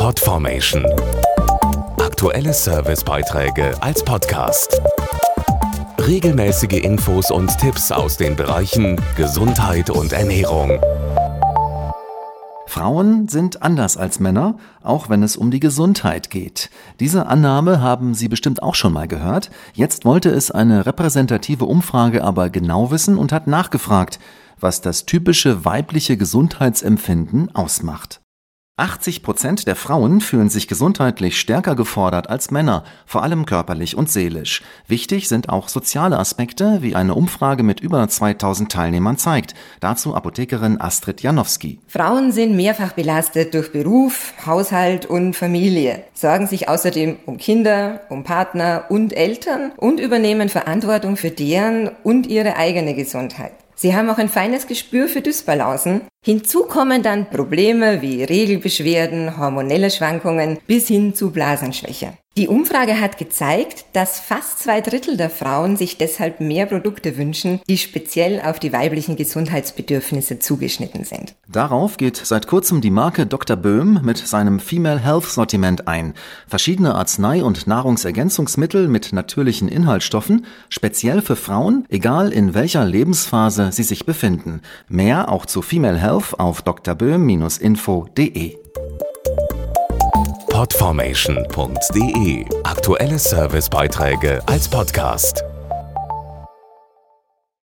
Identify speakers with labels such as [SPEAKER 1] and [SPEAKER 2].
[SPEAKER 1] Podformation. Aktuelle Servicebeiträge als Podcast. Regelmäßige Infos und Tipps aus den Bereichen Gesundheit und Ernährung.
[SPEAKER 2] Frauen sind anders als Männer, auch wenn es um die Gesundheit geht. Diese Annahme haben Sie bestimmt auch schon mal gehört. Jetzt wollte es eine repräsentative Umfrage aber genau wissen und hat nachgefragt, was das typische weibliche Gesundheitsempfinden ausmacht. 80% der Frauen fühlen sich gesundheitlich stärker gefordert als Männer, vor allem körperlich und seelisch. Wichtig sind auch soziale Aspekte, wie eine Umfrage mit über 2000 Teilnehmern zeigt. Dazu Apothekerin Astrid Janowski.
[SPEAKER 3] Frauen sind mehrfach belastet durch Beruf, Haushalt und Familie, sorgen sich außerdem um Kinder, um Partner und Eltern und übernehmen Verantwortung für deren und ihre eigene Gesundheit. Sie haben auch ein feines Gespür für Dysbalancen. Hinzu kommen dann Probleme wie Regelbeschwerden, hormonelle Schwankungen bis hin zu Blasenschwäche. Die Umfrage hat gezeigt, dass fast 2/3 der Frauen sich deshalb mehr Produkte wünschen, die speziell auf die weiblichen Gesundheitsbedürfnisse zugeschnitten sind.
[SPEAKER 2] Darauf geht seit kurzem die Marke Dr. Böhm mit seinem Female Health Sortiment ein. Verschiedene Arznei- und Nahrungsergänzungsmittel mit natürlichen Inhaltsstoffen, speziell für Frauen, egal in welcher Lebensphase sie sich befinden. Mehr auch zu Female Health auf drböhm-info.de.
[SPEAKER 1] Podformation.de. Aktuelle Servicebeiträge als Podcast.